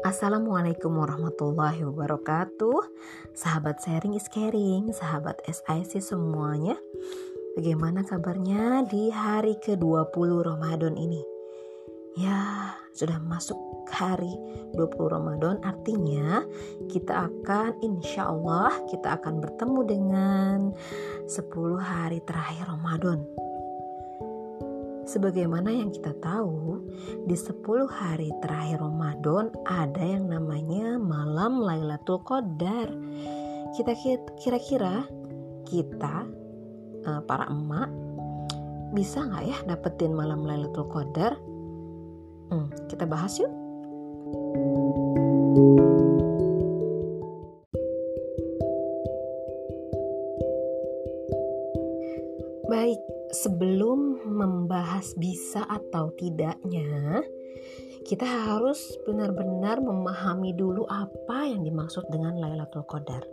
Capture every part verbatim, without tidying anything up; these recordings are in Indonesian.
Assalamualaikum warahmatullahi wabarakatuh. Sahabat sharing is caring, sahabat S I C semuanya. Bagaimana kabarnya di hari ke dua puluh Ramadan ini? Ya, sudah masuk hari dua puluh Ramadan, artinya kita akan insya Allah kita akan bertemu dengan sepuluh hari terakhir Ramadan. Sebagaimana yang kita tahu, di sepuluh hari terakhir Ramadan ada yang namanya malam Lailatul Qadar. Kita kira-kira kita para emak bisa nggak ya dapetin malam Lailatul Qadar? Hmm, kita bahas yuk. Baik, sebelum membahas bisa atau tidaknya, kita harus benar-benar memahami dulu apa yang dimaksud dengan Lailatul Qadar.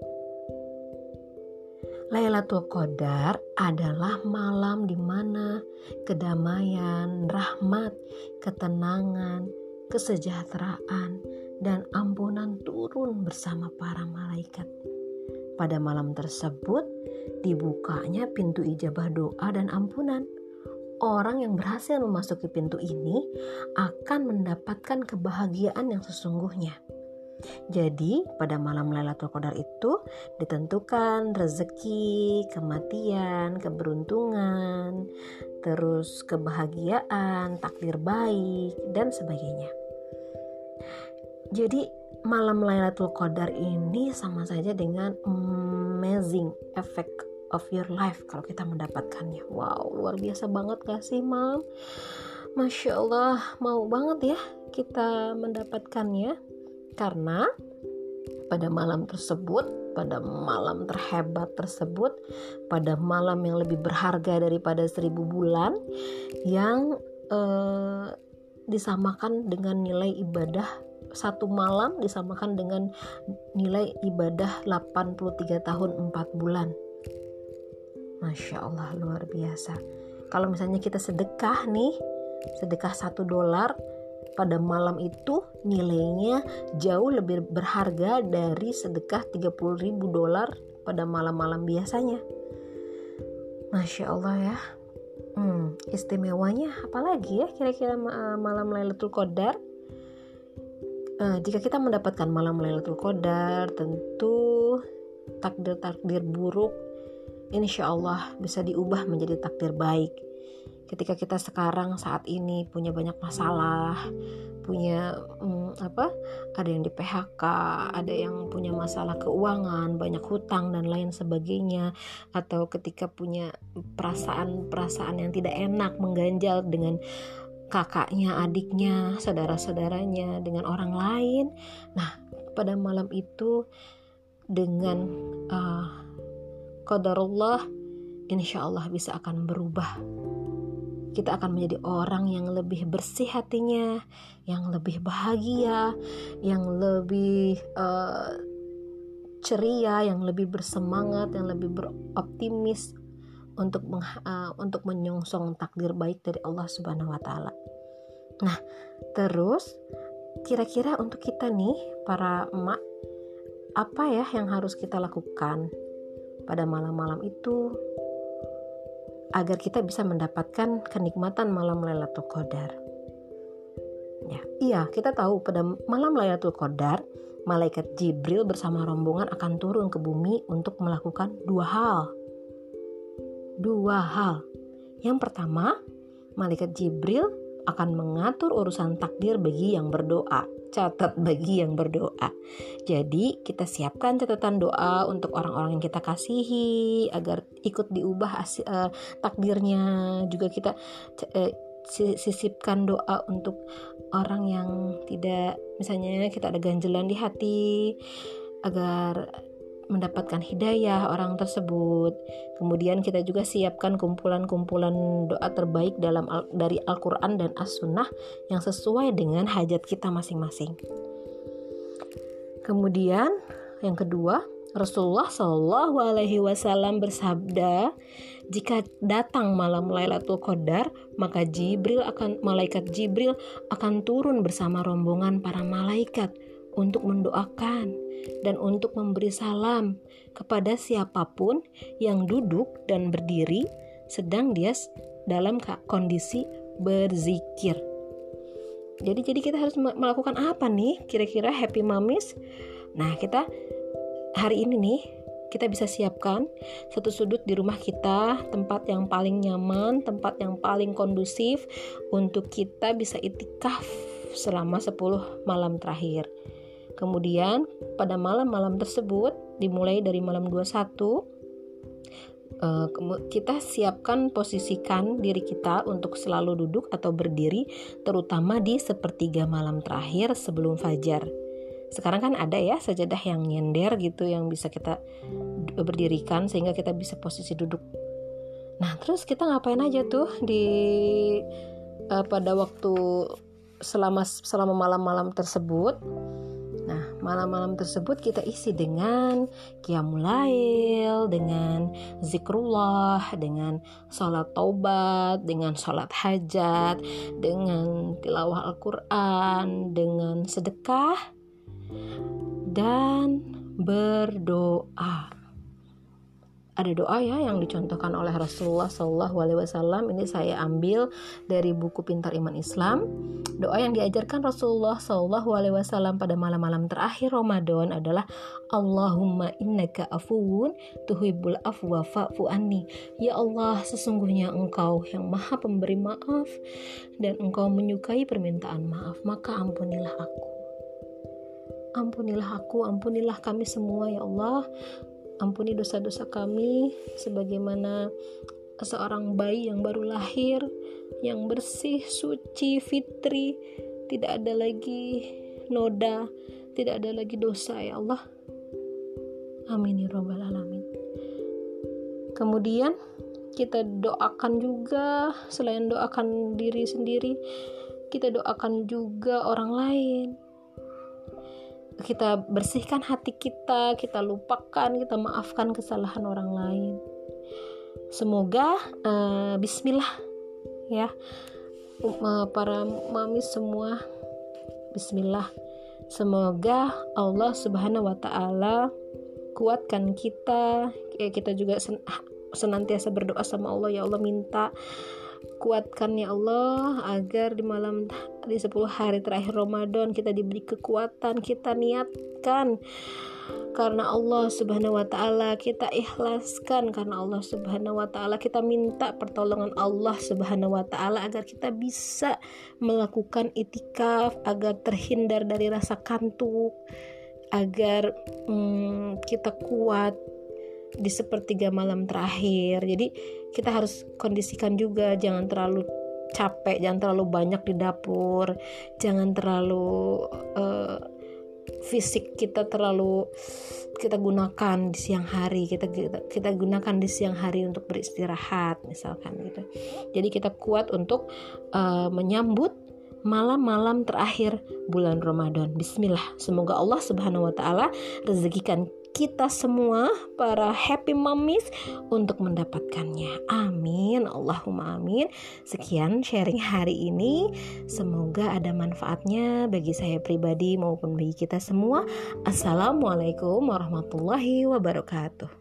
Lailatul Qadar adalah malam di mana kedamaian, rahmat, ketenangan, kesejahteraan, dan ampunan turun bersama para malaikat. Pada malam tersebut dibukanya pintu ijabah doa dan ampunan. Orang yang berhasil memasuki pintu ini akan mendapatkan kebahagiaan yang sesungguhnya. Jadi pada malam Lailatul Qadar itu ditentukan rezeki, kematian, keberuntungan, terus kebahagiaan, takdir baik, dan sebagainya. Jadi malam Lailatul Qadar ini sama saja dengan amazing effect of your life kalau kita mendapatkannya. Wow, luar biasa banget gak sih, Mam? Masya Allah, mau banget ya kita mendapatkannya. Karena pada malam tersebut, pada malam terhebat tersebut, pada malam yang lebih berharga daripada seribu bulan, yang eh, disamakan dengan nilai ibadah satu malam disamakan dengan nilai ibadah delapan puluh tiga tahun empat bulan. Masya Allah, luar biasa. Kalau misalnya kita sedekah nih, sedekah satu dolar pada malam itu nilainya jauh lebih berharga dari sedekah tiga puluh ribu dolar pada malam-malam biasanya. Masya Allah ya. Hmm, istimewanya apalagi ya kira-kira malam Lailatul Qadar? Uh, jika kita mendapatkan malam Lailatul Qadar, tentu takdir-takdir buruk insya Allah bisa diubah menjadi takdir baik. Ketika kita sekarang saat ini punya banyak masalah, punya um, apa? Ada yang di P H K, ada yang punya masalah keuangan, banyak hutang dan lain sebagainya, atau ketika punya perasaan-perasaan yang tidak enak mengganjal dengan kakaknya, adiknya, saudara-saudaranya, dengan orang lain. Nah, pada malam itu dengan uh, qadarullah, insya Allah bisa akan berubah. Kita akan menjadi orang yang lebih bersih hatinya, yang lebih bahagia, yang lebih uh, ceria, yang lebih bersemangat, yang lebih beroptimis untuk meng, uh, untuk menyongsong takdir baik dari Allah Subhanahu wa taala. Nah, terus kira-kira untuk kita nih para emak, apa ya yang harus kita lakukan pada malam-malam itu agar kita bisa mendapatkan kenikmatan malam Lailatul Qadar? Ya, iya, kita tahu pada malam Lailatul Qadar malaikat Jibril bersama rombongan akan turun ke bumi untuk melakukan dua hal. Dua hal. Yang pertama, malaikat Jibril akan mengatur urusan takdir bagi yang berdoa. Catat, bagi yang berdoa. Jadi kita siapkan catatan doa untuk orang-orang yang kita kasihi agar ikut diubah as- uh, takdirnya. Juga kita uh, sisipkan doa untuk orang yang tidak, misalnya kita ada ganjelan di hati, agar mendapatkan hidayah orang tersebut. Kemudian kita juga siapkan kumpulan-kumpulan doa terbaik dalam dari Al-Quran dan As-Sunnah yang sesuai dengan hajat kita masing-masing. Kemudian yang kedua, Rasulullah Shallallahu Alaihi Wasallam bersabda, jika datang malam Lailatul Qadar, maka Jibril akan malaikat Jibril akan turun bersama rombongan para malaikat untuk mendoakan dan untuk memberi salam kepada siapapun yang duduk dan berdiri sedang dia dalam kondisi berzikir. Jadi jadi kita harus melakukan apa nih kira-kira happy mommies? Nah, kita hari ini nih kita bisa siapkan satu sudut di rumah kita, tempat yang paling nyaman, tempat yang paling kondusif untuk kita bisa iktikaf selama sepuluh malam terakhir. Kemudian pada malam-malam tersebut dimulai dari malam dua puluh satu, kita siapkan, posisikan diri kita untuk selalu duduk atau berdiri, terutama di sepertiga malam terakhir sebelum fajar. Sekarang kan ada ya sajadah yang nyender gitu yang bisa kita berdirikan sehingga kita bisa posisi duduk. Nah, terus kita ngapain aja tuh di uh, pada waktu selama selama malam-malam tersebut? Nah, malam-malam tersebut kita isi dengan qiyamul lail, dengan zikrullah, dengan sholat taubat, dengan sholat hajat, dengan tilawah Al-Quran, dengan sedekah, dan berdoa. Ada doa ya yang dicontohkan oleh Rasulullah shallallahu alaihi wasallam. Ini saya ambil dari buku Pintar Iman Islam. Doa yang diajarkan Rasulullah shallallahu alaihi wasallam pada malam-malam terakhir Ramadan adalah Allahumma innaka afuwun tuhibbul afwa fa'fu anni. Ya Allah, sesungguhnya Engkau yang Maha Pemberi maaf dan Engkau menyukai permintaan maaf, maka ampunilah aku. Ampunilah aku, ampunilah kami semua ya Allah. Ampuni dosa-dosa kami sebagaimana seorang bayi yang baru lahir, yang bersih, suci, fitri, tidak ada lagi noda, tidak ada lagi dosa ya Allah. Amin ya rabbal alamin. Kemudian kita doakan juga, selain doakan diri sendiri, kita doakan juga orang lain. Kita bersihkan hati kita, kita lupakan, kita maafkan kesalahan orang lain. Semoga uh, bismillah ya uh, para mami semua, bismillah. Semoga Allah Subhanahu wa taala kuatkan kita. Kita juga sen- senantiasa berdoa sama Allah, ya Allah minta kuatkan ya Allah agar di malam di sepuluh hari terakhir Ramadan kita diberi kekuatan, kita niatkan karena Allah Subhanahu wa taala, kita ikhlaskan karena Allah Subhanahu wa taala, kita minta pertolongan Allah Subhanahu wa taala agar kita bisa melakukan itikaf, agar terhindar dari rasa kantuk, agar hmm, kita kuat di sepertiga malam terakhir. Jadi kita harus kondisikan juga, jangan terlalu capek, jangan terlalu banyak di dapur, jangan terlalu uh, fisik kita terlalu kita gunakan di siang hari, kita, kita kita gunakan di siang hari untuk beristirahat misalkan gitu. Jadi kita kuat untuk uh, menyambut malam-malam terakhir bulan Ramadan. Bismillah. Semoga Allah Subhanahu wa taala rezekikan kita semua para happy mommies untuk mendapatkannya. Amin. Allahumma amin. Sekian sharing hari ini. Semoga ada manfaatnya bagi saya pribadi maupun bagi kita semua. Assalamualaikum warahmatullahi wabarakatuh.